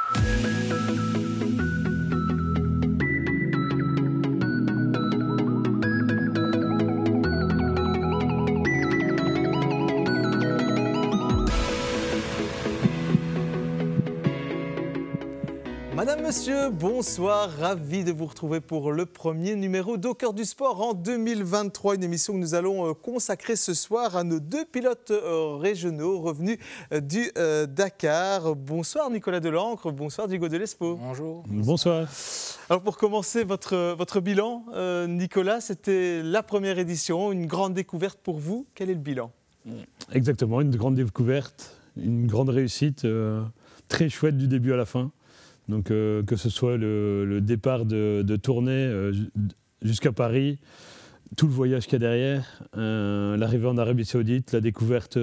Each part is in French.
Madame, monsieur, bonsoir, ravi de vous retrouver pour le premier numéro d'Au cœur du sport en 2023, une émission que nous allons consacrer ce soir à nos deux pilotes régionaux revenus du Dakar. Bonsoir Nicolas Delancre, bonsoir Diego Delespo. Bonjour. Bonsoir. Alors pour commencer votre bilan, Nicolas, c'était la première édition, une grande découverte pour vous. Quel est le bilan ? Exactement, une grande découverte, une grande réussite, très chouette du début à la fin. Donc que ce soit le départ de tournée jusqu'à Paris, tout le voyage qu'il y a derrière, l'arrivée en Arabie Saoudite, la découverte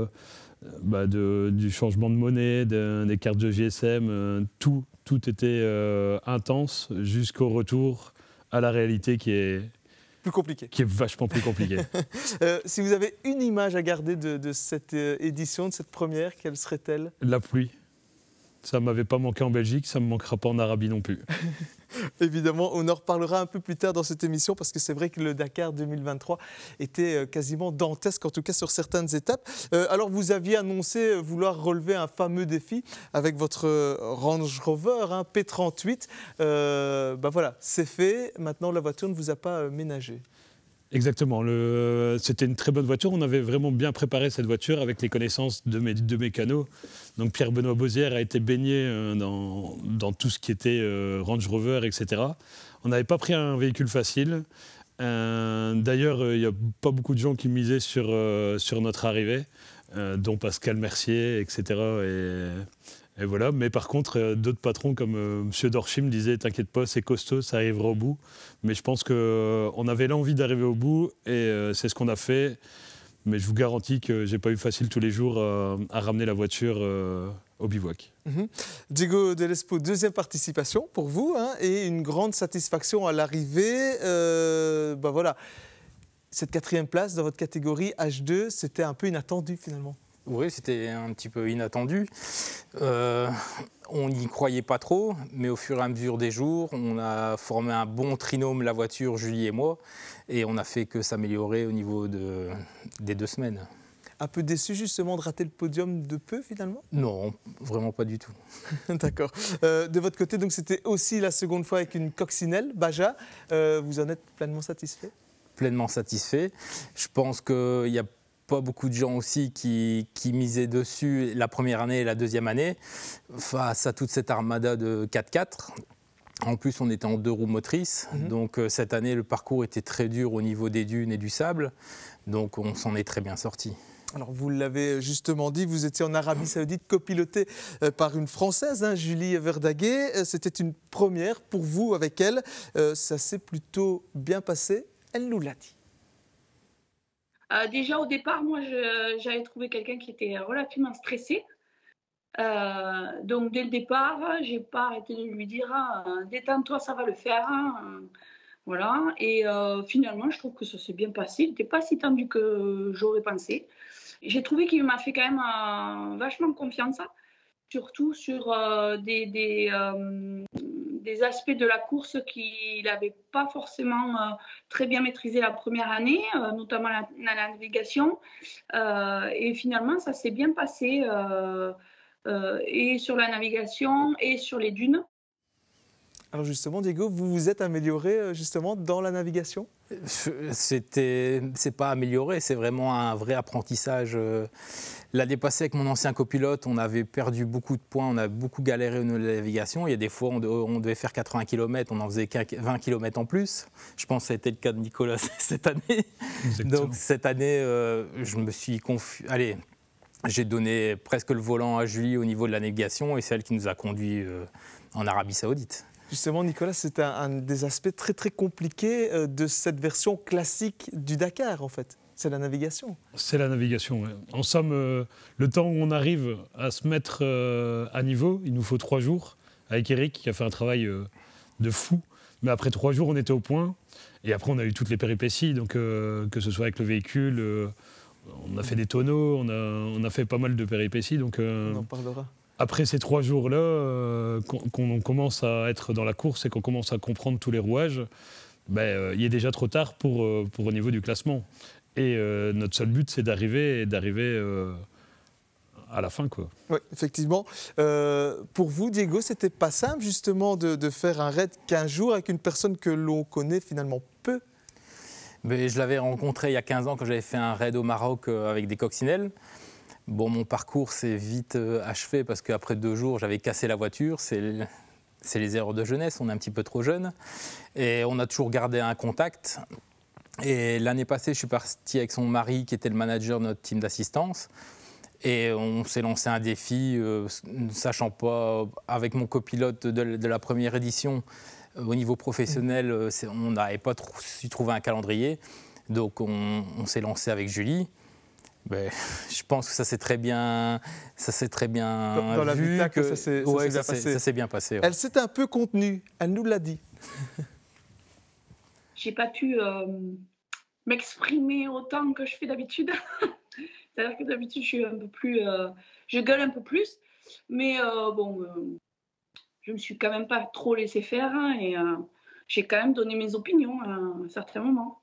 du changement de monnaie, des cartes de GSM, tout était intense jusqu'au retour à la réalité qui est plus compliqué. Qui est vachement plus compliqué. Si vous avez une image à garder de cette édition, de cette première, quelle serait-elle ? La pluie. Ça ne m'avait pas manqué en Belgique, ça ne me manquera pas en Arabie non plus. Évidemment, on en reparlera un peu plus tard dans cette émission parce que c'est vrai que le Dakar 2023 était quasiment dantesque, en tout cas sur certaines étapes. Alors vous aviez annoncé vouloir relever un fameux défi avec votre Range Rover P38. Voilà, c'est fait. Maintenant, la voiture ne vous a pas ménagé. Exactement, c'était une très bonne voiture, on avait vraiment bien préparé cette voiture avec les connaissances de mes deux mécanos. Donc Pierre-Benoît Bozière a été baigné dans tout ce qui était Range Rover, etc. On n'avait pas pris un véhicule facile, d'ailleurs il n'y a pas beaucoup de gens qui misaient sur notre arrivée, dont Pascal Mercier, etc. Et voilà. Mais par contre, d'autres patrons comme M. Dorchim disaient « T'inquiète pas, c'est costaud, ça arrivera au bout ». Mais je pense qu'on avait l'envie d'arriver au bout et c'est ce qu'on a fait. Mais je vous garantis que je n'ai pas eu facile tous les jours à ramener la voiture au bivouac. Diego Delespo, deuxième participation pour vous et une grande satisfaction à l'arrivée. Voilà. Cette quatrième place dans votre catégorie H2, c'était un peu inattendu finalement. Oui, c'était un petit peu inattendu. On n'y croyait pas trop, mais au fur et à mesure des jours, on a formé un bon trinôme, la voiture, Julie et moi, et on n'a fait que s'améliorer au niveau des 2 semaines. Un peu déçu justement de rater le podium de peu finalement ? Non, vraiment pas du tout. D'accord. De votre côté, donc, c'était aussi la seconde fois avec une coccinelle, Baja. Vous en êtes pleinement satisfait ? Pleinement satisfait. Je pense qu'il y a pas beaucoup de gens aussi qui misaient dessus la première année et la deuxième année face à toute cette armada de 4x4. En plus, on était en 2 roues motrices. Donc cette année, le parcours était très dur au niveau des dunes et du sable. Donc on s'en est très bien sorti. Alors vous l'avez justement dit, vous étiez en Arabie Saoudite copilotée par une Française, Julie Verdaguet. C'était une première pour vous avec elle. Ça s'est plutôt bien passé. Elle nous l'a dit. Déjà au départ, moi j'avais trouvé quelqu'un qui était relativement stressé. Donc dès le départ, j'ai pas arrêté de lui dire détends-toi, ça va le faire. Voilà. Et finalement, je trouve que ça s'est bien passé. Il n'était pas si tendu que j'aurais pensé. J'ai trouvé qu'il m'a fait quand même vachement confiance, surtout sur des aspects de la course qu'il n'avait pas forcément très bien maîtrisé la première année, notamment la navigation. Et finalement, ça s'est bien passé et sur la navigation et sur les dunes. Alors justement, Diego, vous vous êtes amélioré justement dans la navigation ? C'est pas amélioré, c'est vraiment un vrai apprentissage. L'année passée, avec mon ancien copilote, on avait perdu beaucoup de points, on a beaucoup galéré au niveau de la navigation. Il y a des fois, on devait faire 80 km, on en faisait 20 km en plus. Je pense que ça a été le cas de Nicolas cette année. Exactement. Donc cette année, je me suis j'ai donné presque le volant à Julie au niveau de la navigation et c'est elle qui nous a conduits en Arabie Saoudite. Justement, Nicolas, c'est un des aspects très très compliqués de cette version classique du Dakar, en fait. C'est la navigation. C'est la navigation, ouais. En somme, le temps où on arrive à se mettre à niveau, il nous faut 3 jours, avec Eric, qui a fait un travail de fou. Mais après 3 jours, on était au point. Et après, on a eu toutes les péripéties, donc, que ce soit avec le véhicule, on a fait des tonneaux, on a fait pas mal de péripéties. Donc, on en parlera. après ces 3 jours-là, qu'on commence à être dans la course et qu'on commence à comprendre tous les rouages, il est déjà trop tard pour au niveau du classement. Et notre seul but, c'est d'arriver à la fin, quoi. Oui, effectivement. Pour vous, Diego, c'était pas simple justement de faire un raid 15 jours avec une personne que l'on connaît finalement peu? Mais je l'avais rencontré il y a 15 ans quand j'avais fait un raid au Maroc avec des coccinelles. Bon, mon parcours s'est vite achevé parce qu'après 2 jours, j'avais cassé la voiture. C'est les erreurs de jeunesse, on est un petit peu trop jeune. Et on a toujours gardé un contact. Et l'année passée, je suis parti avec son mari qui était le manager de notre team d'assistance. Et on s'est lancé un défi, ne sachant pas, avec mon copilote de la première édition, au niveau professionnel, on n'avait pas su trouver un calendrier. Donc on s'est lancé avec Julie. Je pense que ça s'est très bien dans la vu. Vita, ça s'est bien passé. Ouais. Elle s'est un peu contenue, elle nous l'a dit. J'ai pas pu m'exprimer autant que je fais d'habitude. C'est-à-dire que d'habitude, je suis un peu plus, je gueule un peu plus, mais je me suis quand même pas trop laissé faire et j'ai quand même donné mes opinions à un certain moment.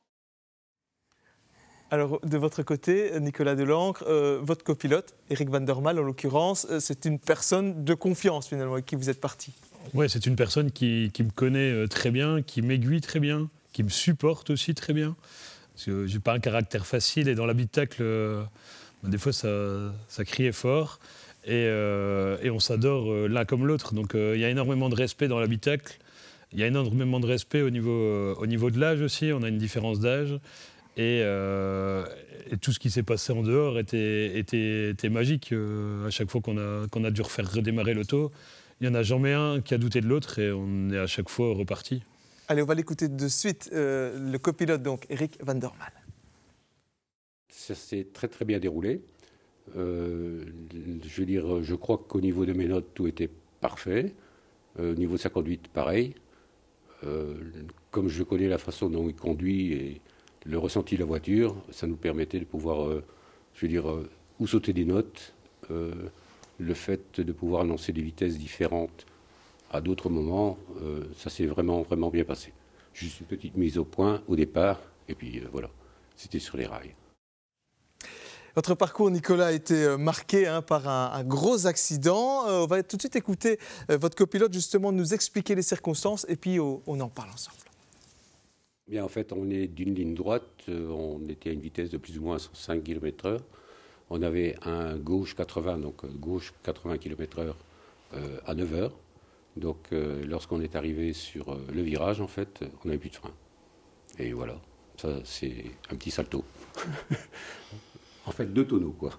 Alors, de votre côté, Nicolas Delancre, votre copilote, Eric Van der Mael en l'occurrence, c'est une personne de confiance finalement avec qui vous êtes parti. Oui, c'est une personne qui me connaît très bien, qui m'aiguille très bien, qui me supporte aussi très bien. Parce que je n'ai pas un caractère facile et dans l'habitacle, des fois ça criait fort et on s'adore l'un comme l'autre. Donc il y a énormément de respect dans l'habitacle, il y a énormément de respect au niveau de l'âge aussi, on a une différence d'âge. Et tout ce qui s'est passé en dehors était magique. À chaque fois qu'on a dû refaire redémarrer l'auto, il n'y en a jamais un qui a douté de l'autre et on est à chaque fois reparti. Allez, on va l'écouter de suite, le copilote, donc, Eric Van der Mael. Ça s'est très très bien déroulé. Je veux dire, je crois qu'au niveau de mes notes, tout était parfait. Au niveau de sa conduite, pareil. Comme je connais la façon dont il conduit et le ressenti de la voiture, ça nous permettait de pouvoir, ou sauter des notes, le fait de pouvoir lancer des vitesses différentes à d'autres moments, ça s'est vraiment, vraiment bien passé. Juste une petite mise au point au départ, et puis voilà, c'était sur les rails. Votre parcours, Nicolas, a été marqué par un gros accident. On va tout de suite écouter votre copilote justement nous expliquer les circonstances et puis on en parle ensemble. Bien, en fait, on est d'une ligne droite, on était à une vitesse de plus ou moins 105 km/h. On avait un gauche 80, donc gauche 80 km/h à 9 heures. Donc lorsqu'on est arrivé sur le virage, en fait, on n'avait plus de frein. Et voilà, ça c'est un petit salto. En fait, 2 tonneaux, quoi.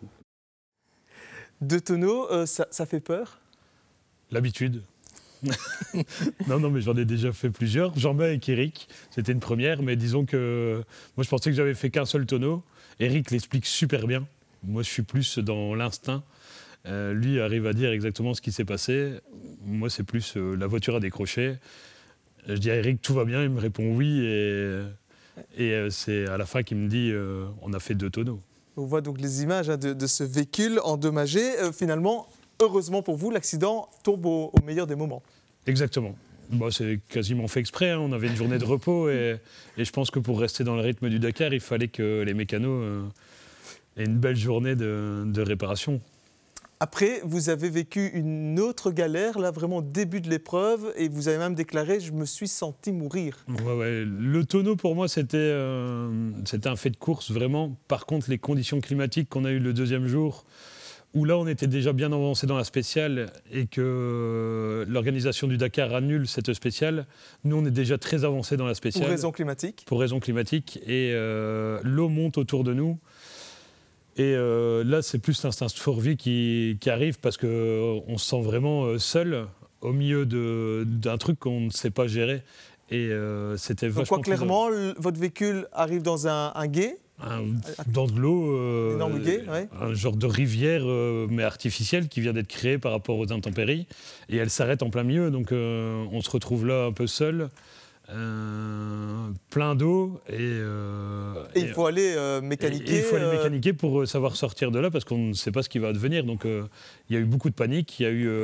2 tonneaux, ça fait peur? L'habitude. Non, mais j'en ai déjà fait plusieurs. J'en mets avec Eric, c'était une première, mais disons que moi je pensais que j'avais fait qu'un seul tonneau. Eric l'explique super bien. Moi je suis plus dans l'instinct. Lui arrive à dire exactement ce qui s'est passé. Moi c'est plus la voiture a décroché. Je dis à Eric tout va bien, il me répond oui et c'est à la fin qu'il me dit on a fait 2 tonneaux. On voit donc les images de ce véhicule endommagé. Finalement, heureusement pour vous, l'accident tombe au meilleur des moments. Exactement. C'est quasiment fait exprès. On avait une journée de repos et je pense que pour rester dans le rythme du Dakar, il fallait que les mécanos aient une belle journée de réparation. Après, vous avez vécu une autre galère, là, vraiment début de l'épreuve, et vous avez même déclaré « je me suis senti mourir ». Ouais. Le tonneau, pour moi, c'était un fait de course, vraiment. Par contre, les conditions climatiques qu'on a eues le 2e jour, où là, on était déjà bien avancé dans la spéciale et que l'organisation du Dakar annule cette spéciale, nous, on est déjà très avancé dans la spéciale. Pour raison climatique. Pour raison climatique. Et l'eau monte autour de nous. Et là, c'est plus l'instinct de survie qui arrive parce qu'on se sent vraiment seul au milieu d'un truc qu'on ne sait pas gérer. Et c'était vachement... Donc, clairement, votre véhicule arrive dans un gué. Dans de l'eau, énorme gué, ouais. Un genre de rivière, mais artificielle, qui vient d'être créée par rapport aux intempéries. Et elle s'arrête en plein milieu, donc on se retrouve là un peu seul. plein d'eau et il faut aller mécaniquer. Il faut aller mécaniquer pour savoir sortir de là parce qu'on ne sait pas ce qui va advenir. Donc il y a eu beaucoup de panique, il y a eu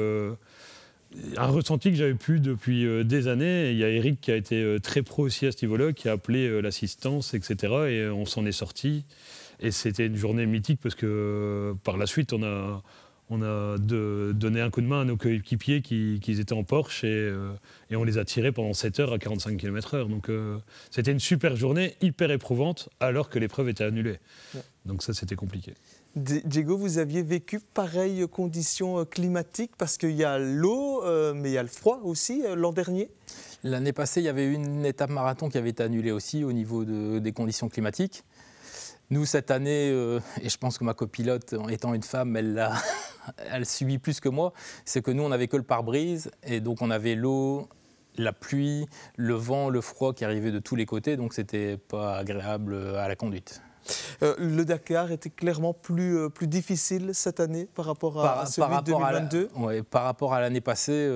un ressenti que j'avais plus depuis des années. Et il y a Eric qui a été très pro aussi à ce niveau-là, qui a appelé l'assistance, etc. Et on s'en est sorti. Et c'était une journée mythique parce que par la suite, on a donné un coup de main à nos coéquipiers qui étaient en Porsche et on les a tirés pendant 7 heures à 45 km/h. Donc c'était une super journée, hyper éprouvante, alors que l'épreuve était annulée. Ouais. Donc ça, c'était compliqué. Diego, vous aviez vécu pareilles conditions climatiques parce qu'il y a l'eau, mais il y a le froid aussi l'an dernier. L'année passée, il y avait une étape marathon qui avait été annulée aussi au niveau des conditions climatiques. Nous, cette année, et je pense que ma copilote, étant une femme, elle subit plus que moi, c'est que nous, on n'avait que le pare-brise, et donc on avait l'eau, la pluie, le vent, le froid qui arrivaient de tous les côtés, donc c'était pas agréable à la conduite. Le Dakar était clairement plus difficile cette année par rapport à celui de 2022 par rapport à l'année passée,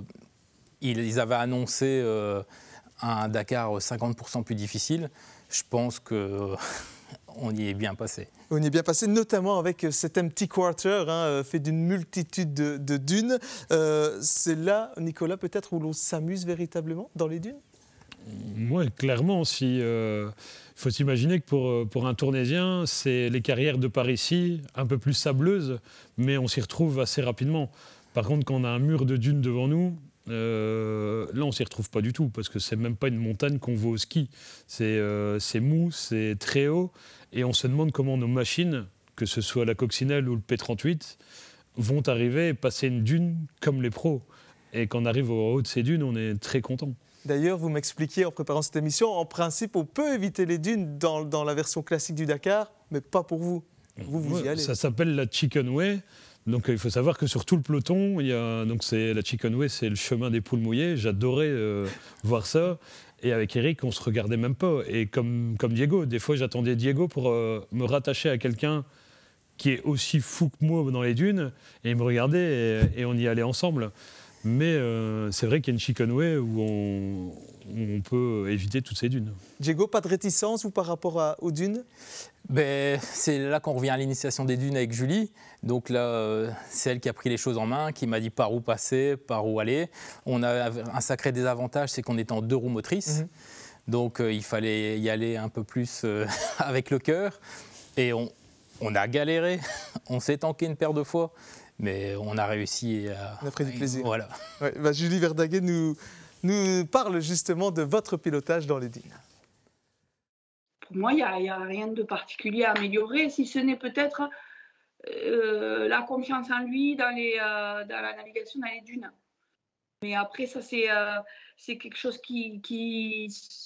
ils avaient annoncé un Dakar 50% plus difficile. Je pense que... on y est bien passé. On y est bien passé, notamment avec cet empty quarter fait d'une multitude de dunes. C'est là, Nicolas, peut-être où l'on s'amuse véritablement dans les dunes ? Oui, clairement. Il faut s'imaginer que pour un Tournésien, c'est les carrières de par ici, un peu plus sableuses, mais on s'y retrouve assez rapidement. Par contre, quand on a un mur de dunes devant nous, là, on ne s'y retrouve pas du tout, parce que ce n'est même pas une montagne qu'on voit au ski. C'est mou, c'est très haut, et on se demande comment nos machines, que ce soit la coccinelle ou le P38, vont arriver et passer une dune comme les pros. Et quand on arrive au haut de ces dunes, on est très content. D'ailleurs, vous m'expliquiez en préparant cette émission, en principe, on peut éviter les dunes dans la version classique du Dakar, mais pas pour vous. Vous y allez. Ça s'appelle la Chicken Way. Donc il faut savoir que sur tout le peloton, la Chicken Way, c'est le chemin des poules mouillées. J'adorais voir ça. Et avec Eric, on ne se regardait même pas. Et comme Diego, des fois j'attendais Diego pour me rattacher à quelqu'un qui est aussi fou que moi dans les dunes. Et il me regardait et on y allait ensemble. Mais c'est vrai qu'il y a une Chicken Way où on peut éviter toutes ces dunes. Diego, pas de réticence par rapport aux dunes ? C'est là qu'on revient à l'initiation des dunes avec Julie. Donc là, c'est elle qui a pris les choses en main, qui m'a dit par où passer, par où aller. On a un sacré désavantage, c'est qu'on est en 2 roues motrices. Donc il fallait y aller un peu plus avec le cœur. Et on a galéré, on s'est tanké une paire de fois. Mais on a réussi à... On a pris du plaisir. Voilà. Ouais, Julie Verdaguet nous parle justement de votre pilotage dans les dunes. Pour moi, il n'y a rien de particulier à améliorer, si ce n'est peut-être la confiance en lui dans la navigation dans les dunes. Mais après, ça, c'est quelque chose qui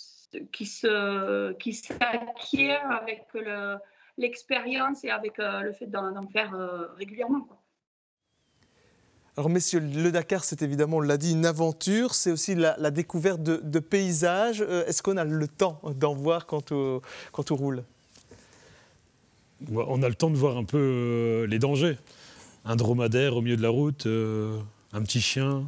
s'acquiert avec l'expérience et avec le fait d'en faire régulièrement, quoi. Alors messieurs, le Dakar, c'est évidemment, on l'a dit, une aventure, c'est aussi la découverte de paysages. Est-ce qu'on a le temps d'en voir quand on roule ? On a le temps de voir un peu les dangers. Un dromadaire au milieu de la route, un petit chien,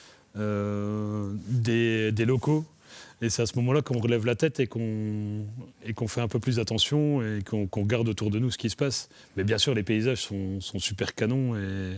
des locaux. Et c'est à ce moment-là qu'on relève la tête et qu'on fait un peu plus attention et qu'on regarde autour de nous ce qui se passe. Mais bien sûr, les paysages sont super canons.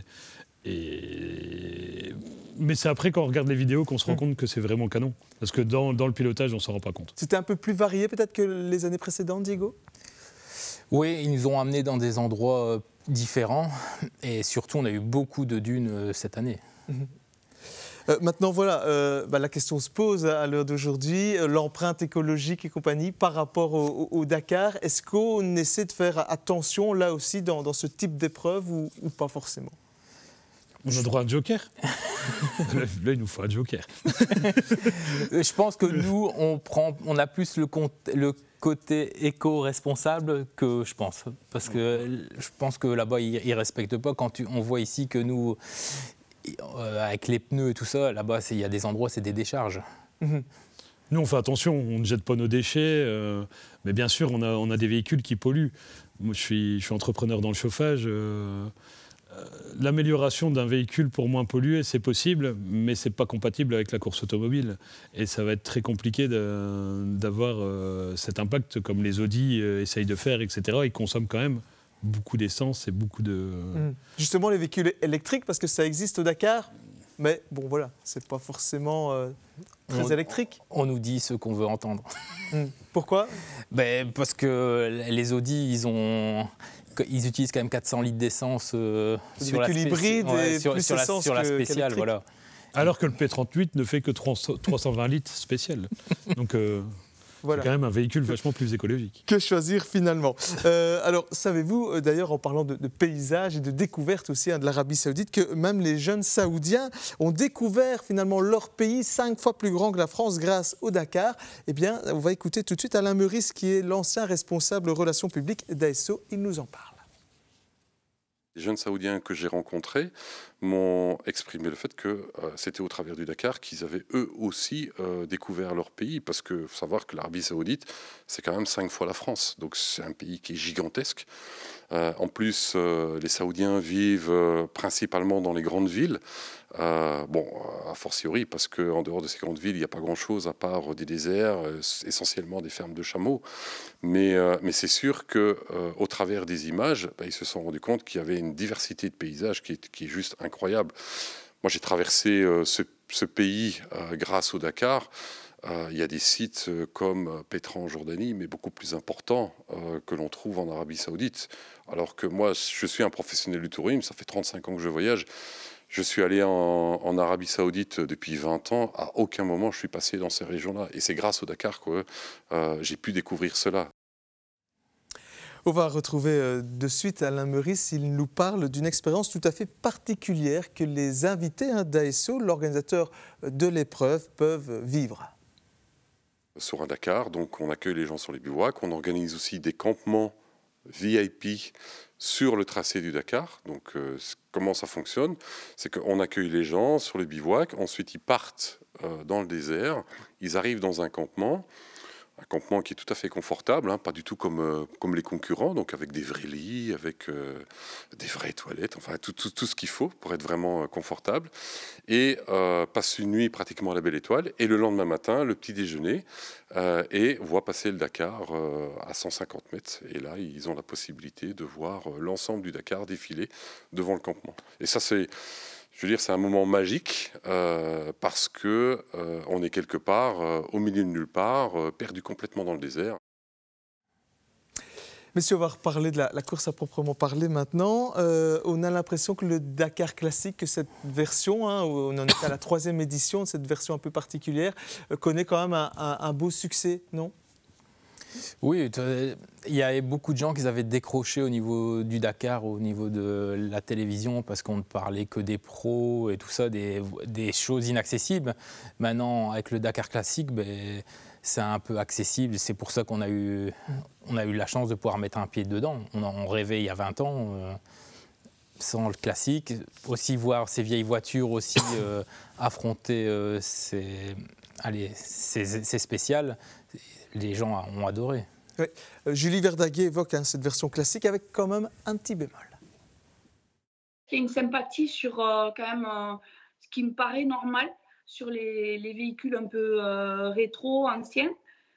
Mais c'est après, quand on regarde les vidéos, qu'on se rend compte que c'est vraiment canon. Parce que dans le pilotage, on ne s'en rend pas compte. C'était un peu plus varié peut-être que les années précédentes, Diego ? Oui, ils nous ont amenés dans des endroits différents. Et surtout, on a eu beaucoup de dunes cette année. Maintenant, voilà, la question se pose à l'heure d'aujourd'hui, l'empreinte écologique et compagnie par rapport au Dakar. Est-ce qu'on essaie de faire attention là aussi dans ce type d'épreuve ou pas forcément ? On a droit à un joker. Là, il nous faut un joker. Je pense que nous, on a plus le côté éco-responsable que je pense. Parce que je pense que là-bas, ils ne respectent pas. Quand on voit ici que nous, avec les pneus et tout ça, là-bas, il y a des endroits, c'est des décharges. Nous, on fait attention, on ne jette pas nos déchets. Mais bien sûr, on a des véhicules qui polluent. Moi, je suis entrepreneur dans le chauffage. l'amélioration d'un véhicule pour moins polluer, c'est possible, mais ce n'est pas compatible avec la course automobile. Et ça va être très compliqué d'avoir cet impact comme les Audi essayent de faire, etc. Ils consomment quand même beaucoup d'essence et beaucoup de... Justement, les véhicules électriques, parce que ça existe au Dakar, mais bon, voilà, c'est pas forcément très électrique. On nous dit ce qu'on veut entendre. Pourquoi ? Parce que les Audi, ils utilisent quand même 400 litres d'essence sur la hybride et sur la spéciale, voilà. Alors que le P38 ne fait que 320 litres spécial. Donc voilà. C'est quand même un véhicule vachement plus écologique. Que choisir finalement ? Alors, savez-vous, d'ailleurs, en parlant de paysages et de découverte aussi de l'Arabie Saoudite, que même les jeunes Saoudiens ont découvert finalement leur pays 5 fois plus grand que la France grâce au Dakar ? Eh bien, on va écouter tout de suite Alain Meurice, qui est l'ancien responsable relations publiques d'ASO. Il nous en parle. Les jeunes Saoudiens que j'ai rencontrés m'ont exprimé le fait que c'était au travers du Dakar qu'ils avaient eux aussi découvert leur pays, parce qu'il faut savoir que l'Arabie Saoudite, c'est quand même 5 fois la France, donc c'est un pays qui est gigantesque. En plus, les Saoudiens vivent principalement dans les grandes villes, a fortiori, parce qu'en dehors de ces grandes villes, il n'y a pas grand-chose à part des déserts, essentiellement des fermes de chameaux. Mais c'est sûr qu'au travers des images, ils se sont rendus compte qu'il y avait une diversité de paysages qui est juste incroyable. Moi, j'ai traversé ce pays grâce au Dakar. Il y a des sites comme Petra en Jordanie, mais beaucoup plus importants que l'on trouve en Arabie Saoudite. Alors que moi, je suis un professionnel du tourisme, ça fait 35 ans que je voyage. Je suis allé en Arabie Saoudite depuis 20 ans. À aucun moment, je suis passé dans ces régions-là. Et c'est grâce au Dakar que j'ai pu découvrir cela. On va retrouver de suite Alain Meurice. Il nous parle d'une expérience tout à fait particulière que les invités d'ASO, l'organisateur de l'épreuve, peuvent vivre. Sur un Dakar, donc on accueille les gens sur les bivouacs. On organise aussi des campements VIP sur le tracé du Dakar. Donc comment ça fonctionne ? C'est qu'on accueille les gens sur le bivouac. Ensuite, ils partent dans le désert. Ils arrivent dans un campement qui est tout à fait confortable, pas du tout comme les concurrents, donc avec des vrais lits, avec des vraies toilettes, enfin tout ce qu'il faut pour être vraiment confortable. Et passe une nuit pratiquement à la Belle Étoile. Et le lendemain matin, le petit déjeuner, et voit passer le Dakar à 150 mètres. Et là, ils ont la possibilité de voir l'ensemble du Dakar défiler devant le campement. Et ça, c'est un moment magique parce que on est quelque part au milieu de nulle part, perdu complètement dans le désert. Messieurs, on va reparler de la course à proprement parler maintenant. On a l'impression que le Dakar classique, que cette version, où on en est à la 3e édition de cette version un peu particulière, connaît quand même un beau succès, non ? Oui, il y avait beaucoup de gens qui avaient décroché au niveau du Dakar, au niveau de la télévision, parce qu'on ne parlait que des pros et tout ça, des choses inaccessibles. Maintenant, avec le Dakar classique, c'est un peu accessible. C'est pour ça qu'on a eu la chance de pouvoir mettre un pied dedans. On rêvait il y a 20 ans, sans le classique. Aussi voir ces vieilles voitures aussi affronter ces spéciales. Les gens ont adoré. Oui. Julie Verdaguet évoque cette version classique avec quand même un petit bémol. Il y a une sympathie sur quand même ce qui me paraît normal sur les véhicules un peu rétro, anciens.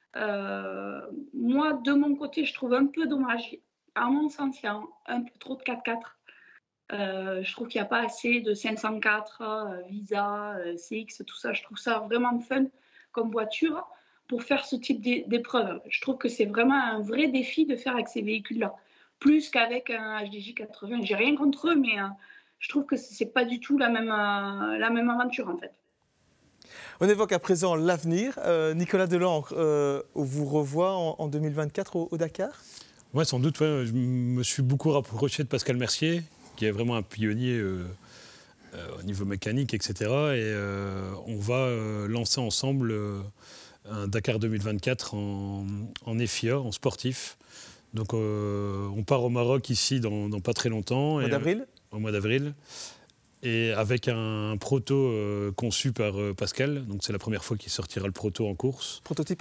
Moi, de mon côté, je trouve un peu dommage. À mon sens, il y a un peu trop de 4x4. Je trouve qu'il n'y a pas assez de 504, Visa, CX, tout ça. Je trouve ça vraiment fun comme voiture pour faire ce type d'épreuve. Je trouve que c'est vraiment un vrai défi de faire avec ces véhicules-là, plus qu'avec un HDJ 80. J'ai rien contre eux, mais je trouve que c'est pas du tout la même aventure en fait. On évoque à présent l'avenir. Nicolas Delancre, on vous revoit en 2024 au Dakar ? Oui, sans doute. Ouais, je me suis beaucoup rapproché de Pascal Mercier, qui est vraiment un pionnier au niveau mécanique, etc. Et on va lancer ensemble un Dakar 2024 en EFIA, en sportif. Donc on part au Maroc ici dans pas très longtemps. Au mois d'avril. Et avec un proto conçu par Pascal. Donc c'est la première fois qu'il sortira le proto en course. Prototype SSV ?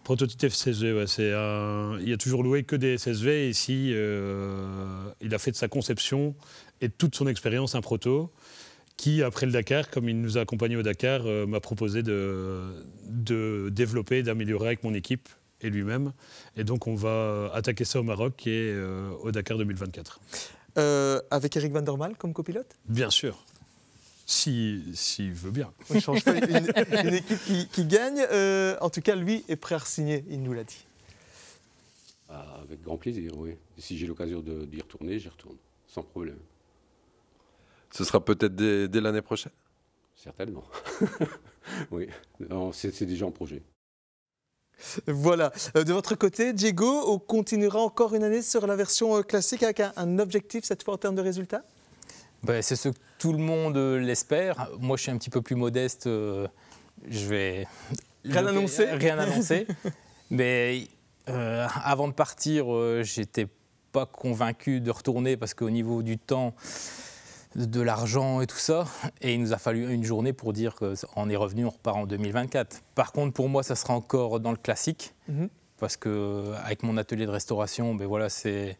Prototype FSV, ouais, il a toujours loué que des SSV et ici, il a fait de sa conception et de toute son expérience un proto qui, après le Dakar, comme il nous a accompagnés au Dakar, m'a proposé de développer, d'améliorer avec mon équipe et lui-même. Et donc on va attaquer ça au Maroc et au Dakar 2024. Avec Eric Van der Mael comme copilote ? Bien sûr. S'il veut bien. On ne change pas une équipe qui gagne. En tout cas, lui est prêt à signer, il nous l'a dit. Avec grand plaisir, oui. Et si j'ai l'occasion d'y retourner, j'y retourne, sans problème. Ce sera peut-être dès l'année prochaine ? Certainement. Oui, c'est déjà en projet. Voilà. De votre côté, Diego, on continuera encore une année sur la version classique avec un objectif cette fois en termes de résultats ? C'est ce que tout le monde l'espère. Moi, je suis un petit peu plus modeste. Je vais rien annoncer. Mais avant de partir, j'étais pas convaincu de retourner parce qu'au niveau du temps, de l'argent et tout ça, et il nous a fallu une journée pour dire qu'on est revenu, on repart en 2024. Par contre, pour moi, ça sera encore dans le classique, parce que avec mon atelier de restauration, c'est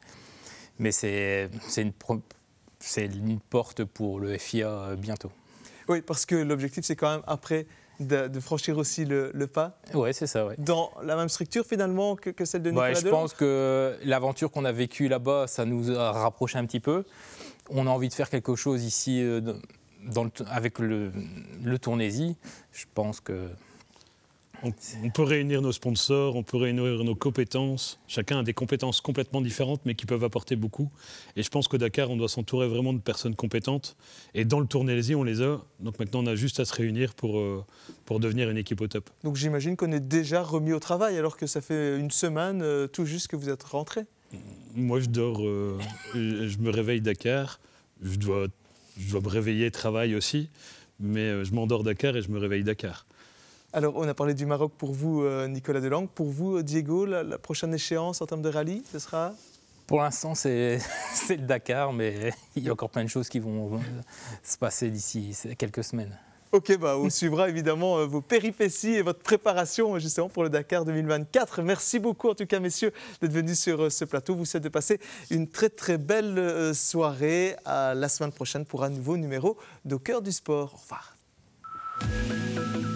une porte pour le FIA bientôt. Oui, parce que l'objectif, c'est quand même après de franchir aussi le pas. Oui, c'est ça. Ouais. Dans la même structure finalement que celle de Nicolas Delangle. Je pense que l'aventure qu'on a vécue là-bas, ça nous a rapprochés un petit peu. On a envie de faire quelque chose ici avec le Tournaisie. Je pense que... On peut réunir nos sponsors, on peut réunir nos compétences. Chacun a des compétences complètement différentes, mais qui peuvent apporter beaucoup. Et je pense qu'au Dakar, on doit s'entourer vraiment de personnes compétentes. Et dans le Tournaisie, on les a. Donc maintenant, on a juste à se réunir pour devenir une équipe au top. Donc j'imagine qu'on est déjà remis au travail, alors que ça fait une semaine tout juste que vous êtes rentré. Moi, je dors, je me réveille Dakar. Je dois me réveiller travail aussi. Mais je m'endors Dakar et je me réveille Dakar. Alors, on a parlé du Maroc pour vous, Nicolas Delangle. Pour vous, Diego, la prochaine échéance en termes de rallye, ce sera ? Pour l'instant, c'est le Dakar, mais il y a encore plein de choses qui vont se passer d'ici quelques semaines. Ok, on suivra évidemment vos péripéties et votre préparation justement pour le Dakar 2024. Merci beaucoup en tout cas, messieurs, d'être venus sur ce plateau. Vous souhaite de passer une très très belle soirée. À la semaine prochaine pour un nouveau numéro d'Au cœur du sport. Au revoir.